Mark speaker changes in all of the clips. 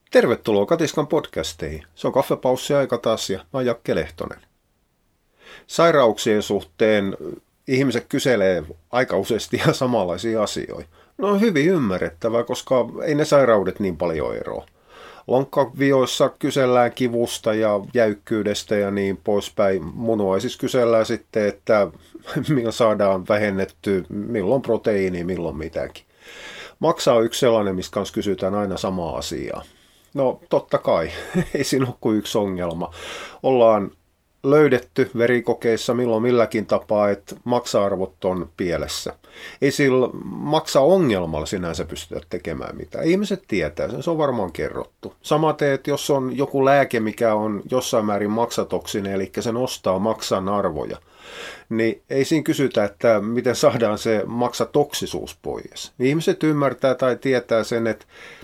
Speaker 1: Tervetuloa Katiskan podcasteihin. Se on kaffepaussi-aika taas ja mä oon Jakke Lehtonen. Sairauksien suhteen ihmiset kyselee aika useasti ihan samanlaisia asioita. No on hyvin ymmärrettävää, koska ei ne sairaudet niin paljon eroa. Lonkkavioissa kysellään kivusta ja jäykkyydestä ja niin poispäin. Munuaisissa kysellään sitten, että milloin saadaan vähennetty, milloin proteiini, milloin mitäkin. Maksa on yksi sellainen, missä kanssa kysytään aina samaa asiaa. No totta kai, ei siinä ole kuin yksi ongelma. Ollaan löydetty verikokeissa milloin milläkin tapaa, että maksa-arvot on pielessä. Ei sillä maksa-ongelmalla sinänsä pystytä tekemään mitään. Ihmiset tietää sen, se on varmaan kerrottu. Samaten, että jos on joku lääke, mikä on jossain määrin maksatoksinen, eli se nostaa maksan arvoja, niin ei siinä kysytä, että miten saadaan se maksatoksisuus pois. Ihmiset ymmärtää tai tietää sen, että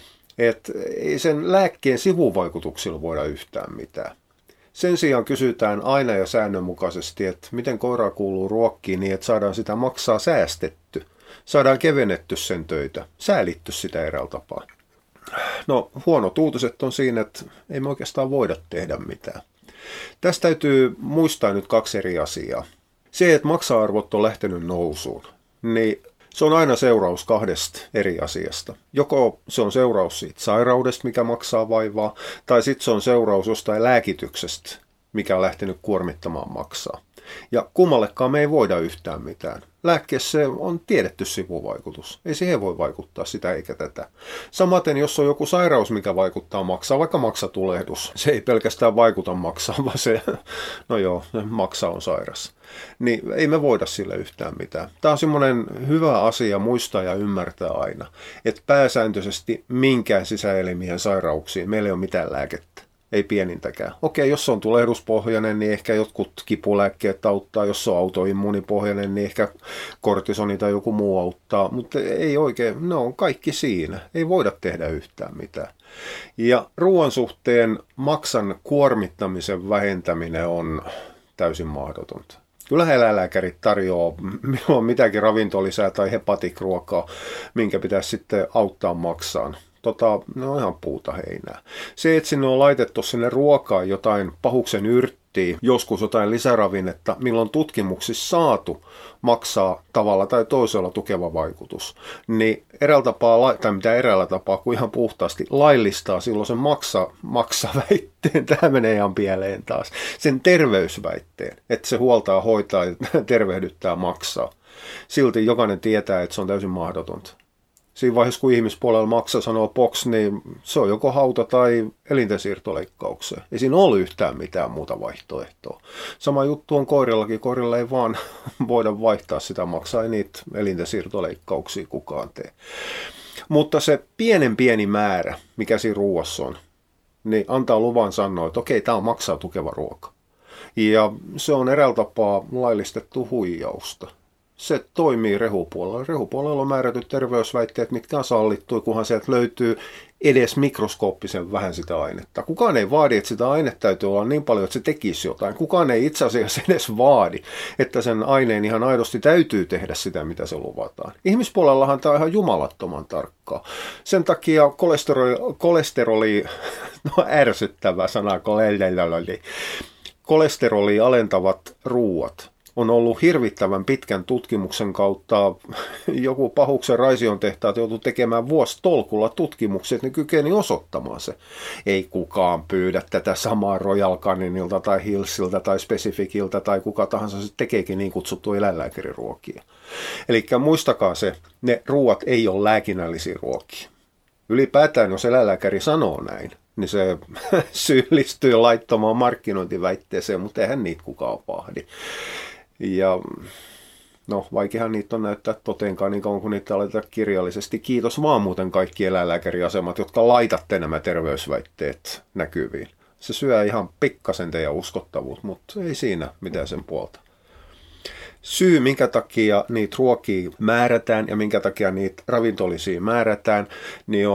Speaker 1: ei sen lääkkeen sivuvaikutuksilla voida yhtään mitään. Sen sijaan kysytään aina ja säännönmukaisesti, että miten koiraa kuuluu ruokkiin niin, että saadaan sitä maksaa säästetty. Saadaan kevennetty sen töitä, säälitty sitä eräällä tapaa. No huonot uutiset on siinä, että ei me oikeastaan voida tehdä mitään. Tästä täytyy muistaa nyt kaksi eri asiaa. Se, että maksa-arvot on lähtenyt nousuun, niin se on aina seuraus kahdesta eri asiasta. Joko se on seuraus siitä sairaudesta, mikä maksaa vaivaa, tai sitten se on seuraus jostain lääkityksestä, mikä on lähtenyt kuormittamaan maksaa. Ja kummallekaan me ei voida yhtään mitään. Lääkkeessä on tiedetty sivuvaikutus. Ei siihen voi vaikuttaa sitä eikä tätä. Samaten, jos on joku sairaus, mikä vaikuttaa maksaa, vaikka maksatulehdus, se ei pelkästään vaikuta maksaan, vaan se maksa on sairas. Niin ei me voida sille yhtään mitään. Tämä on semmoinen hyvä asia muistaa ja ymmärtää aina, että pääsääntöisesti minkään sisäelimien sairauksiin meillä ei ole mitään lääkettä. Ei pienintäkään. Okei, jos se on tulehduspohjainen, niin ehkä jotkut kipulääkkeet auttaa. Jos se on autoimmuunipohjainen, niin ehkä kortisoni tai joku muu auttaa. Mutta ei oikein, ne on kaikki siinä. Ei voida tehdä yhtään mitään. Ja ruoan suhteen maksan kuormittamisen vähentäminen on täysin mahdotonta. Kyllähän eläinlääkärit tarjoaa milloin mitäkin ravintolisää tai hepatikruokaa, minkä pitäisi sitten auttaa maksaan. Ne on ihan puuta heinää. Se, että sinne on laitettu sinne ruokaan jotain pahuksen yrttiä, joskus jotain lisäravinnetta, milloin tutkimuksissa saatu maksaa tavalla tai toisella tukeva vaikutus, niin eräällä tapaa, kuin ihan puhtaasti laillistaa silloin sen maksaväitteen, tämä menee ihan pieleen taas, sen terveysväitteen, että se huoltaa, hoitaa ja tervehdyttää maksaa. Silti jokainen tietää, että se on täysin mahdotonta. Siinä vaiheessa, kun ihmispuolella maksa sanoo box, niin se on joko hauta tai elintensiirtoleikkaukseen. Ei siinä ole yhtään mitään muuta vaihtoehtoa. Sama juttu on koirillakin. Koirilla ei vaan voida vaihtaa sitä maksaa, ei niitä elintensiirtoleikkauksia kukaan tee. Mutta se pieni määrä, mikä siinä ruuassa on, niin antaa luvan sanoa, että okei, tämä on maksaa tukeva ruoka. Ja se on eräällä tapaa laillistettu huijausta. Se toimii rehupuolella. Rehupuolella on määrätyt terveysväitteet, mitkä on sallittu, kunhan sieltä löytyy edes mikroskooppisen vähän sitä ainetta. Kukaan ei vaadi, että sitä ainetta täytyy olla niin paljon, että se tekisi jotain. Kukaan ei itse asiassa edes vaadi, että sen aineen ihan aidosti täytyy tehdä sitä, mitä se luvataan. Ihmispuolellahan tämä on ihan jumalattoman tarkkaa. Sen takia kolesteroli ärsyttävä sana, kolesterolia alentavat ruuat on ollut hirvittävän pitkän tutkimuksen kautta. Joku pahuksen Raision tehtaat joutui tekemään vuositolkulla tutkimuksia, että ne kykeni osoittamaan se. Ei kukaan pyydä tätä samaa Royal Caninilta tai Hillsiltä tai Specificiltä tai kuka tahansa se tekeekin niin kutsuttua eläinlääkäriruokia. Eli muistakaa se, ne ruuat ei ole lääkinnällisiä ruokia. Ylipäätään jos eläinlääkäri sanoo näin, niin se syyllistyy laittomaan markkinointiväitteeseen, mutta eihän niitä kukaan vahdi. Ja vaikeahan niitä on näyttää toteenkaan niin kauan kuin niitä aletaan kirjallisesti. Kiitos vaan muuten kaikki eläinlääkäriasemat, jotka laitatte nämä terveysväitteet näkyviin. Se syö ihan pikkasen teidän uskottavuutta, mutta ei siinä mitään sen puolta. Syy, minkä takia niitä ruokia määrätään ja minkä takia niitä ravintolisia määrätään, niin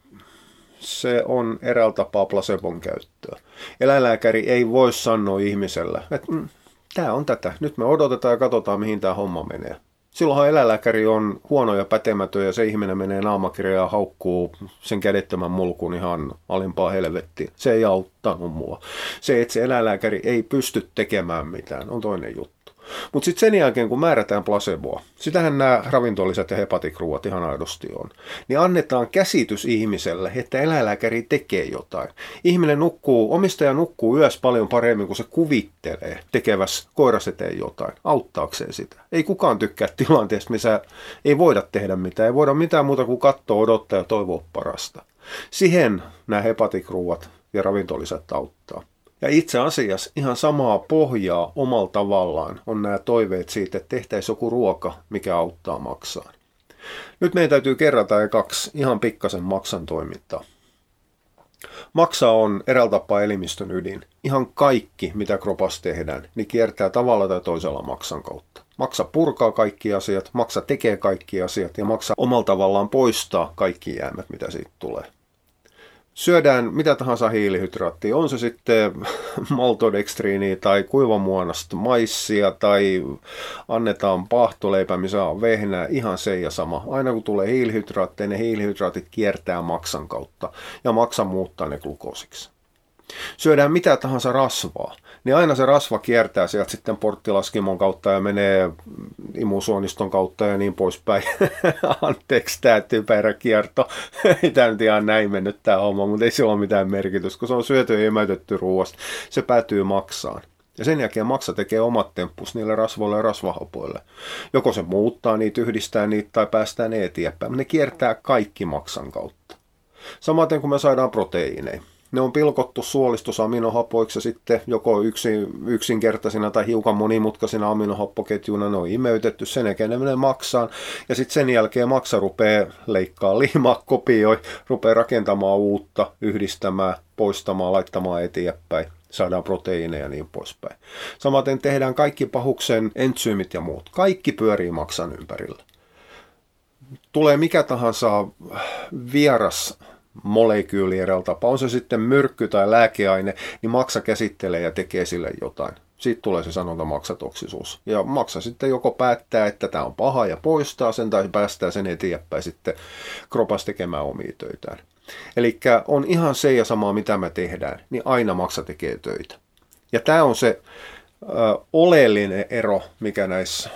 Speaker 1: se on eräällä tapaa placebon käyttöä. Eläinlääkäri ei voi sanoa ihmiselle, että tämä on tätä. Nyt me odotetaan ja katsotaan, mihin tämä homma menee. Silloinhan eläinlääkäri on huono ja pätemätön ja se ihminen menee naamakirjaan ja haukkuu sen kädettömän mulkun ihan alimpaa helvettiin. Se ei auttanut mua. Se, että se eläinlääkäri ei pysty tekemään mitään, on toinen juttu. Mutta sitten sen jälkeen, kun määrätään placeboa, sitähän nämä ravintoliset ja hepatikruuat ihan aidosti on, niin annetaan käsitys ihmiselle, että eläinlääkäri tekee jotain. Omistaja nukkuu yössä paljon paremmin, kun se kuvittelee tekevässä koiras eteen jotain, auttaakseen sitä. Ei kukaan tykkää tilanteesta, missä ei voida tehdä mitään, ei voida mitään muuta kuin katsoa, odottaa ja toivoa parasta. Siihen nämä hepatikruuat ja ravintoliset auttaa. Ja itse asiassa ihan samaa pohjaa omalla tavallaan on nämä toiveet siitä, että tehtäisiin joku ruoka, mikä auttaa maksaa. Nyt meidän täytyy kerrata ekaksi ihan pikkasen maksan toimintaa. Maksa on eräällä tapaa elimistön ydin. Ihan kaikki, mitä kropassa tehdään, niin kiertää tavalla tai toisella maksan kautta. Maksa purkaa kaikki asiat, maksa tekee kaikki asiat ja maksa omalla tavallaan poistaa kaikki jäämät, mitä siitä tulee. Syödään mitä tahansa hiilihydraattia, on se sitten maltodekstriiniä tai kuivamuonasta maissia tai annetaan paahtoleipä, missä on vehnää, ihan se ja sama. Aina kun tulee hiilihydraatteja, ne hiilihydraatit kiertää maksan kautta ja maksa muuttaa ne glukoosiksi. Syödään mitä tahansa rasvaa, niin aina se rasva kiertää sieltä sitten porttilaskimon kautta ja menee imusuoniston kautta ja niin poispäin. Anteeksi tämä typerä kierto. Ei tämä nyt ihan näin mennyt tämä homma, mutta ei sillä ole mitään merkitystä, kun se on syöty ja emäytetty ruoasta. Se päätyy maksaan. Ja sen jälkeen maksa tekee omat temppus niille rasvoille ja rasvahapoille. Joko se muuttaa niitä, yhdistää niitä tai päästää ne eteenpäin. Ne kiertää kaikki maksan kautta. Samaten kun me saadaan proteiineja. Ne on pilkottu suolistusaminohapoiksi ja sitten joko yksinkertaisina tai hiukan monimutkaisina aminohappoketjuina ne on imeytetty, sen jälkeen ne menee maksaan ja sitten sen jälkeen maksa rupeaa leikkaa liimaa, kopioi, rupeaa rakentamaan uutta, yhdistämään, poistamaan, laittamaan eteenpäin, saadaan proteiineja ja niin poispäin. Samaten tehdään kaikki pahuksen entsyymit ja muut, kaikki pyörii maksan ympärillä. Tulee mikä tahansa vieras molekyyli eräällä tapaa, on se sitten myrkky tai lääkeaine, niin maksa käsittelee ja tekee sille jotain. Siitä tulee se sanonta maksatoksisuus. Ja maksa sitten joko päättää, että tämä on paha ja poistaa sen, tai päästää sen eteenpäin sitten kropas tekemään omia töitään. Eli on ihan se ja sama, mitä me tehdään, niin aina maksa tekee töitä. Ja tämä on se oleellinen ero, mikä näissä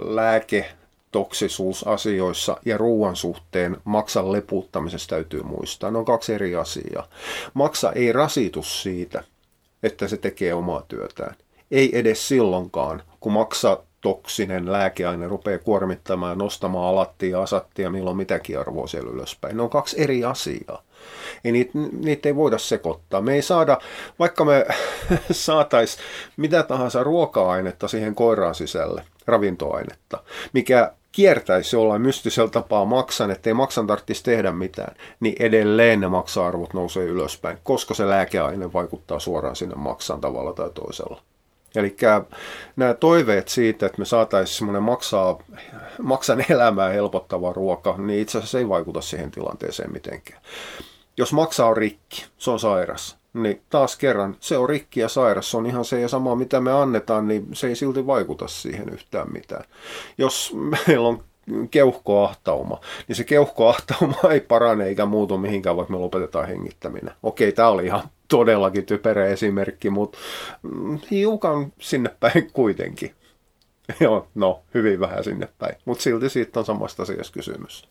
Speaker 1: toksisuusasioissa ja ruoan suhteen maksan lepuuttamisessa täytyy muistaa. Ne on kaksi eri asiaa. Maksa ei rasitu siitä, että se tekee omaa työtään. Ei edes silloinkaan, kun toksinen lääkeaine rupeaa kuormittamaan, nostamaan alattia ja asattia, milloin mitäkin arvoa siellä ylöspäin. Ne on kaksi eri asiaa. Niitä ei voida sekoittaa. Me ei saada, vaikka me saataisiin mitä tahansa ruoka-ainetta siihen koiraan sisälle, ravintoainetta, mikä kiertäisi jollain mystisellä tapaa maksan, ettei maksan tarvitsisi tehdä mitään, niin edelleen ne maksa-arvot nousee ylöspäin, koska se lääkeaine vaikuttaa suoraan sinne maksan tavalla tai toisella. Eli nämä toiveet siitä, että me saataisiin semmoinen maksan elämää helpottava ruoka, niin itse asiassa ei vaikuta siihen tilanteeseen mitenkään. Jos maksa on rikki, se on sairas, niin taas kerran se on rikki ja sairas, se on ihan se ja sama mitä me annetaan, niin se ei silti vaikuta siihen yhtään mitään. Jos meillä on keuhkoahtauma, niin se keuhkoahtauma ei parane eikä muutu mihinkään, vaikka me lopetetaan hengittäminen. Okei, tämä oli ihan todellakin typerä esimerkki, mutta hiukan sinne päin kuitenkin. Joo, no, hyvin vähän sinne päin, mutta silti siitä on samasta asiasta kysymys.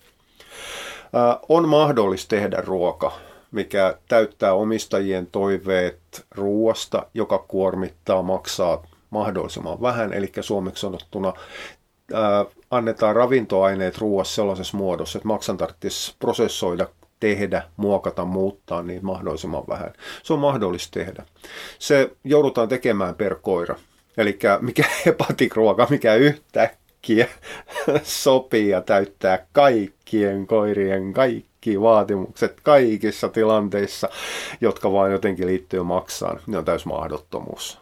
Speaker 1: On mahdollista tehdä ruoka, mikä täyttää omistajien toiveet ruoasta, joka kuormittaa, maksaa mahdollisimman vähän, eli suomeksi sanottuna annetaan ravintoaineet ruoassa sellaisessa muodossa, että maksan tarvitsisi prosessoida, tehdä, muokata, muuttaa niin mahdollisimman vähän. Se on mahdollista tehdä. Se joudutaan tekemään per koira. Eli mikä hepatikruoka, mikä yhtäkkiä sopii ja täyttää kaikkien koirien kaikki vaatimukset kaikissa tilanteissa, jotka vaan jotenkin liittyy maksaan, niin on täys mahdottomuus.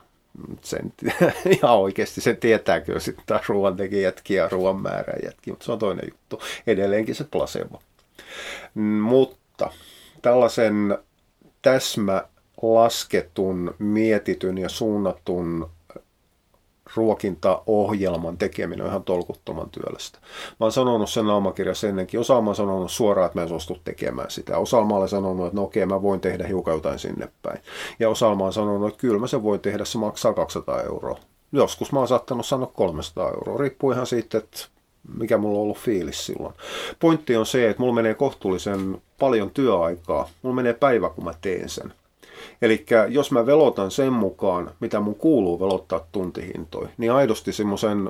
Speaker 1: Ihan oikeasti se tietää kyllä sitten ruoantekijätkin ja ruoan määräjätkin, mutta se on toinen juttu. Edelleenkin se placebo. Mutta tällaisen täsmälasketun, mietityn ja suunnatun ruokintaohjelman tekeminen on ihan tolkuttoman työlästä. Mä oon sanonut sen naumakirjassa ennenkin. Osalla mä oon sanonut suoraan, että mä en suostu tekemään sitä. Osalla mä olen sanonut, että no okei, mä voin tehdä hiukan jotain sinne päin. Ja osalla mä oon sanonut, että kyllä mä sen voin tehdä, se maksaa 200 €. Joskus mä oon saattanut sanoa 300 €. Riippuu ihan siitä, että mikä mulla on ollut fiilis silloin. Pointti on se, että mulla menee kohtuullisen paljon työaikaa. Mulla menee päivä, kun mä teen sen. Eli jos mä velotan sen mukaan, mitä mun kuuluu velottaa tuntihintoihin, niin aidosti semmoisen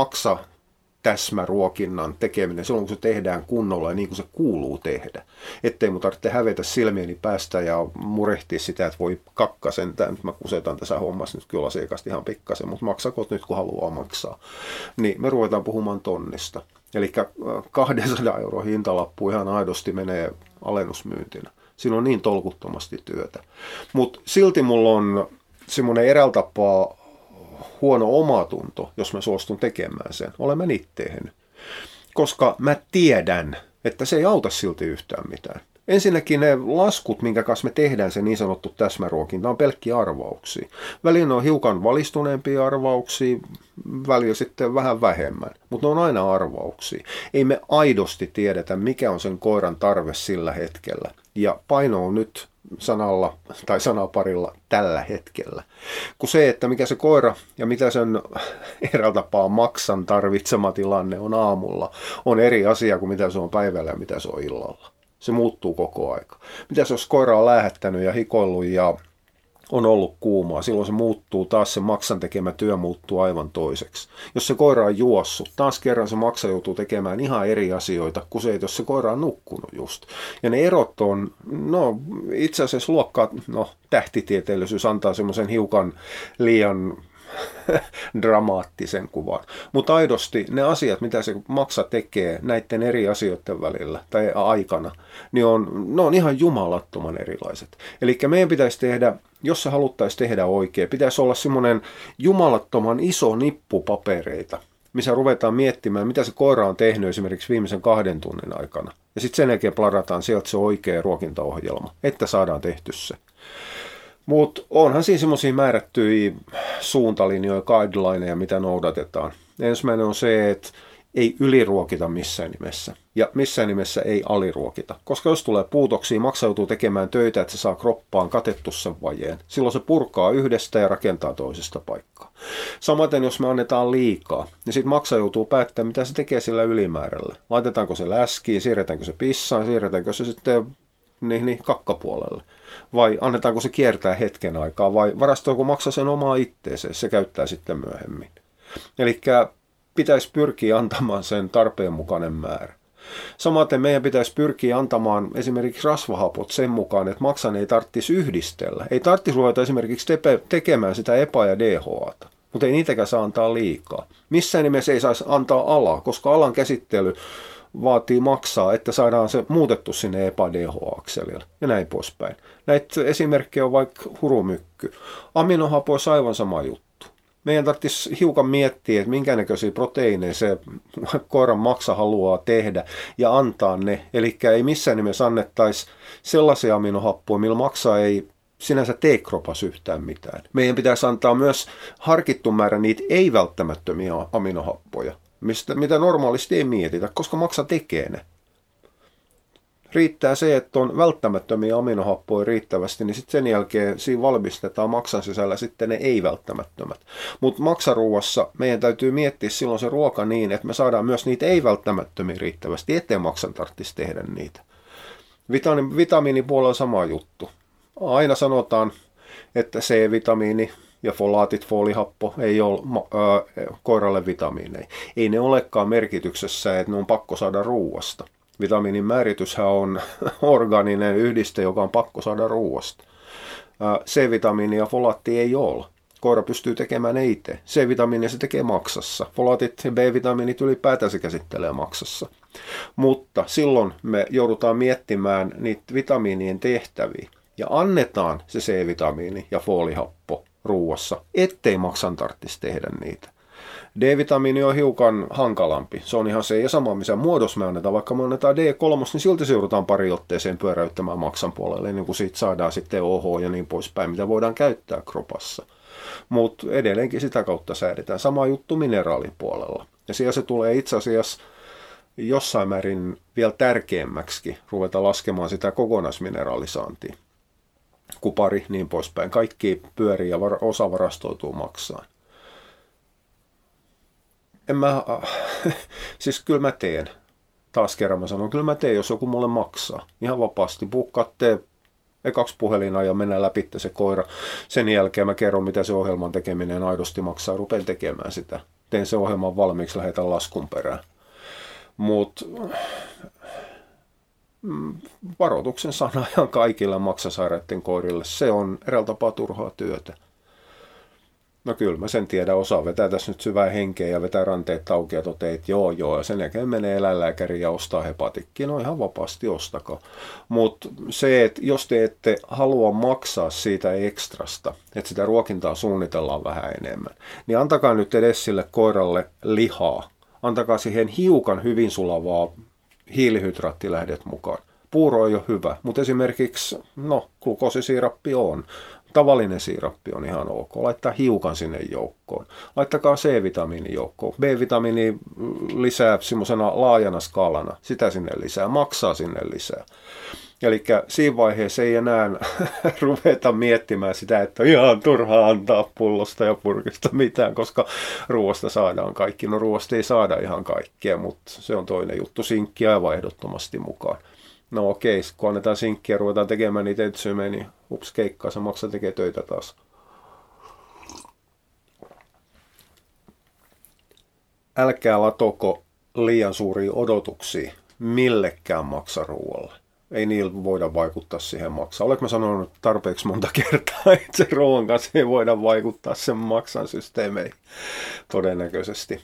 Speaker 1: täsmäruokinnan tekeminen silloin, kun se tehdään kunnolla ja niin kuin se kuuluu tehdä. Ettei mun tarvitse hävetä silmieni päästä ja murehtia sitä, että voi kakkasen, nyt mä kusetan tässä hommassa nyt kyllä asiakasta ihan pikkasen, mutta maksakot nyt kun haluaa maksaa. Niin me ruvetaan puhumaan tonnista. Eli 200 € hintalappu ihan aidosti menee alennusmyyntinä. Siinä on niin tolkuttomasti työtä. Mutta silti mulla on semmoinen eräällä tapaa huono omatunto, jos mä suostun tekemään sen. Olen mä niitä tehnyt. Koska mä tiedän, että se ei auta silti yhtään mitään. Ensinnäkin ne laskut, minkä kanssa me tehdään se niin sanottu täsmäruokinta, on pelkkiä arvauksia. Välillä on hiukan valistuneempia arvauksia, välillä sitten vähän vähemmän, mutta ne on aina arvauksia. Ei me aidosti tiedetä, mikä on sen koiran tarve sillä hetkellä. Ja paino on nyt sanalla tai sanaparilla tällä hetkellä. Kun se, että mikä se koira ja mitä sen eräällä tapaa maksan tarvitsema tilanne on aamulla, on eri asia kuin mitä se on päivällä ja mitä se on illalla. Se muuttuu koko aika. Mitä jos koira on läähättänyt ja hikoillut ja on ollut kuumaa, silloin se muuttuu, taas se maksan tekemä työ muuttuu aivan toiseksi. Jos se koira on juossut, taas kerran se maksa joutuu tekemään ihan eri asioita kuin se, jos se koira on nukkunut just. Ja ne erot on, itse asiassa tähtitieteellisyys antaa semmoisen hiukan liian dramaattisen kuvan. Mutta aidosti ne asiat, mitä se maksa tekee näiden eri asioiden välillä tai aikana, niin ne on ihan jumalattoman erilaiset. Eli meidän pitäisi tehdä, jos se haluttaisiin tehdä oikein, pitäisi olla semmoinen jumalattoman iso nippu papereita, missä ruvetaan miettimään, mitä se koira on tehnyt esimerkiksi viimeisen 2 tunnin aikana. Ja sitten sen jälkeen plarataan sieltä se oikea ruokintaohjelma, että saadaan tehty se. Mutta onhan siinä semmoisia määrättyjä suuntalinjoja, guidelineja, mitä noudatetaan. Ensimmäinen on se, että ei yliruokita missään nimessä. Ja missään nimessä ei aliruokita. Koska jos tulee puutoksia, maksa joutuu tekemään töitä, että se saa kroppaan katettu sen vajeen. Silloin se purkaa yhdestä ja rakentaa toisesta paikkaa. Samaten jos me annetaan liikaa, niin sitten maksa joutuu päättämään, mitä se tekee sillä ylimäärällä. Laitetaanko se läskiin, siirretäänkö se pissaan, siirretäänkö se sitten kakkapuolelle. Vai annetaanko se kiertää hetken aikaa, vai varastoiko maksaa sen omaa itteeseen, se käyttää sitten myöhemmin. Eli pitäisi pyrkiä antamaan sen tarpeen mukainen määrä. Samaten meidän pitäisi pyrkiä antamaan esimerkiksi rasvahapot sen mukaan, että maksan ei tarvitsisi yhdistellä. Ei tarvitsisi ruveta esimerkiksi tekemään sitä EPA- ja DHAta, mutta ei niitäkään saa antaa liikaa. Missään nimessä ei saisi antaa alaa, koska alan käsittely vaatii maksaa, että saadaan se muutettu sinne EPA-DHA-akselille ja näin poispäin. Näitä esimerkkejä on vaikka hurumykky. Aminohapoissa aivan sama juttu. Meidän tarvitsisi hiukan miettiä, että minkä näköisiä proteiineja se koiran maksa haluaa tehdä ja antaa ne. Eli ei missään nimessä annettaisi sellaisia aminohappoja, millä maksa ei sinänsä tee kropas yhtään mitään. Meidän pitäisi antaa myös harkittu määrä niitä ei-välttämättömiä aminohappoja, mitä normaalisti ei mietitä, koska maksa tekee ne. Riittää se, että on välttämättömiä aminohappoja riittävästi, niin sitten sen jälkeen siinä valmistetaan maksan sisällä sitten ne ei-välttämättömät. Mutta maksaruuassa meidän täytyy miettiä silloin se ruoka niin, että me saadaan myös niitä ei-välttämättömiä riittävästi, ettei maksan tarvitsisi tehdä niitä. Vitamiinipuolella sama juttu. Aina sanotaan, että C-vitamiini ja folaatit, foolihappo ei ole koiralle vitamiineja. Ei ne olekaan merkityksessä, että ne on pakko saada ruuasta. Vitamiinin määrityshän on orgaaninen yhdiste, joka on pakko saada ruuasta. C-vitamiini ja folaatti ei ole. Koira pystyy tekemään ne itse. C-vitamiini se tekee maksassa. Folaatit ja B-vitamiinit ylipäätään se käsittelee maksassa. Mutta silloin me joudutaan miettimään niitä vitamiinien tehtäviä. Ja annetaan se C-vitamiini ja foolihappo ruuassa, ettei maksan tarvitsisi tehdä niitä. D-vitamiini on hiukan hankalampi. Se on ihan se ja sama, missä muodossa me annetaan. Vaikka me annetaan D3, niin silti se joudutaan pari otteeseen pyöräyttämään maksan puolelle, ennen kuin siitä saadaan sitten OH ja niin poispäin, mitä voidaan käyttää kropassa. Mutta edelleenkin sitä kautta säädetään. Sama juttu mineraalipuolella. Ja siellä se tulee itse asiassa jossain määrin vielä tärkeämmäksi ruveta laskemaan sitä kokonaismineraalisaantia. Kupari, niin poispäin. Kaikki pyörii ja osa varastoituu maksaa. Siis kyllä mä teen. Taas kerran mä sanon, kyllä mä teen, jos joku mulle maksaa. Ihan vapaasti. Bukkaatte ekaksi puhelina ja mennään läpi se koira. Sen jälkeen mä kerron, mitä se ohjelman tekeminen aidosti maksaa. Rupean tekemään sitä. Teen se ohjelman valmiiksi, lähetän laskun perään. Mutta varoituksen sana ihan kaikille maksasairaiden koirille. Se on eräällä tapaa turhaa työtä. No kyllä mä sen tiedän, osaa vetää tässä nyt syvää henkeä ja vetää ranteet auki ja toteaa, että joo, ja sen jälkeen menee eläinlääkäriin ja ostaa hepatikkiin. No ihan vapaasti ostakaa. Mutta se, että jos te ette halua maksaa siitä ekstrasta, että sitä ruokintaa suunnitellaan vähän enemmän, niin antakaa nyt edes sille koiralle lihaa. Antakaa siihen hiukan hyvin sulavaa hiilihydraattilähdet mukaan. Puuro ei ole hyvä, mutta esimerkiksi glukoosisiirappi on. Tavallinen siirappi on ihan ok. Laittaa hiukan sinne joukkoon. Laittakaa C-vitamiini joukkoon. B-vitamiini lisää semmoisena laajana skaalana. Sitä sinne lisää. Maksaa sinne lisää. Eli siinä vaiheessa ei enää ruveta miettimään sitä, että ihan turhaa antaa pullosta ja purkista mitään, koska ruoasta saadaan kaikki. No ruoasta ei saada ihan kaikkea, mutta se on toinen juttu. Sinkkiä aivan ehdottomasti mukaan. No okei, kun annetaan sinkkiä ja ruvetaan tekemään niitä etsymejä, niin ups keikkaa, se maksaa tekee töitä taas. Älkää latoko liian suuria odotuksia millekään maksaruualle. Ei niillä voida vaikuttaa siihen maksaan. Oletko mä sanonut tarpeeksi monta kertaa, että se ruoan kanssa ei voida vaikuttaa sen maksan systeemeihin todennäköisesti.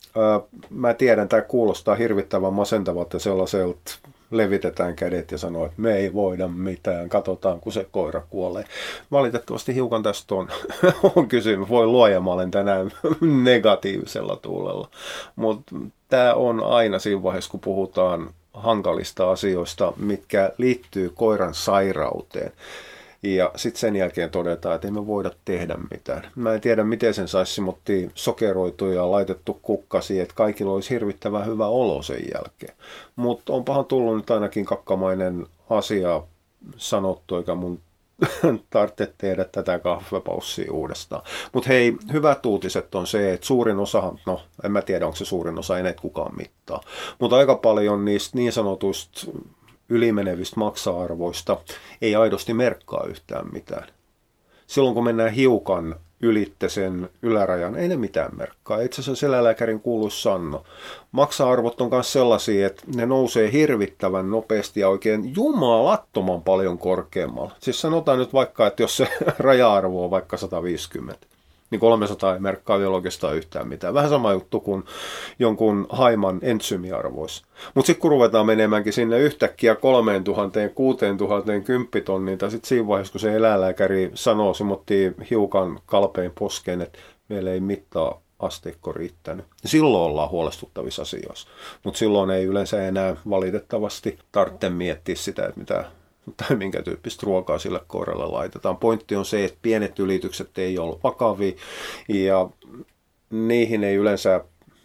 Speaker 1: Mä tiedän, tämä kuulostaa hirvittävän masentavalta sellaiselta, levitetään kädet ja sanoo, että me ei voida mitään, katsotaan kun se koira kuolee. Valitettavasti hiukan tästä on kysymys. Voi luoja, mä olen tänään negatiivisella tuulella. Mutta tämä on aina siinä vaiheessa, kun puhutaan hankalista asioista, mitkä liittyy koiran sairauteen. Ja sitten sen jälkeen todetaan, että ei me voida tehdä mitään. Mä en tiedä, miten sen saisi simottiin sokeroitu ja laitettu kukkasi, että kaikilla olisi hirvittävän hyvä olo sen jälkeen. Mutta onpahan tullut nyt ainakin kakkamainen asia sanottu, eikä mun tarvitse tehdä tätä kahvepaussia uudestaan. Mutta hei, hyvät uutiset on se, että suurin osa, no en mä tiedä onko se suurin osa, ei näitä kukaan mittaa. Mutta aika paljon niistä niin sanotuista ylimenevistä maksa-arvoista ei aidosti merkkaa yhtään mitään. Silloin kun mennään hiukan ylitte sen ylärajan, ei ne mitään merkkaa. Itse asiassa eläinlääkärin kuuluisi sanoo. Maksa-arvot on myös sellaisia, että ne nousee hirvittävän nopeasti ja oikein jumalattoman paljon korkeammalla. Siis sanotaan nyt vaikka, että jos se raja-arvo on vaikka 150, niin 300 ei merkkaa vielä oikeastaan yhtään mitään. Vähän sama juttu kuin jonkun haiman entsyymiarvoissa. Mutta sitten kun ruvetaan menemäänkin sinne yhtäkkiä 3000, 6000, 10 tonniin, tai sitten siinä vaiheessa, kun se eläinlääkäri sanoo, simottiin hiukan kalpein poskeen, että meillä ei mittaa asteikko riittänyt. Silloin ollaan huolestuttavissa asioissa. Mutta silloin ei yleensä enää valitettavasti tarvitse miettiä sitä, että mitä tai minkä tyyppistä ruokaa sille koiralle laitetaan. Pointti on se, että pienet ylitykset ei ole vakavia ja niihin ei yleensä,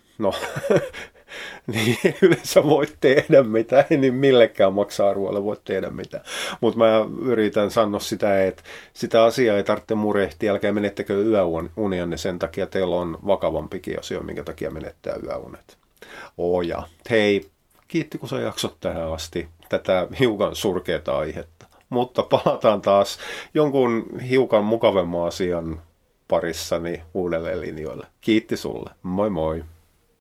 Speaker 1: niin yleensä voi tehdä mitään, ei niin millekään maksa-arvoille voi tehdä mitään. Mutta mä yritän sanoa sitä, että sitä asiaa ei tarvitse murehtia, älkää menettekö yöunianne sen takia, että teillä on vakavampikin asia, minkä takia menettää yöunet. Ja hei, kiitti kun sä jaksot tähän asti tätä hiukan surkeata aihetta. Mutta palataan taas jonkun hiukan mukavemman asian parissani uudelle linjoille. Kiitti sulle. Moi moi.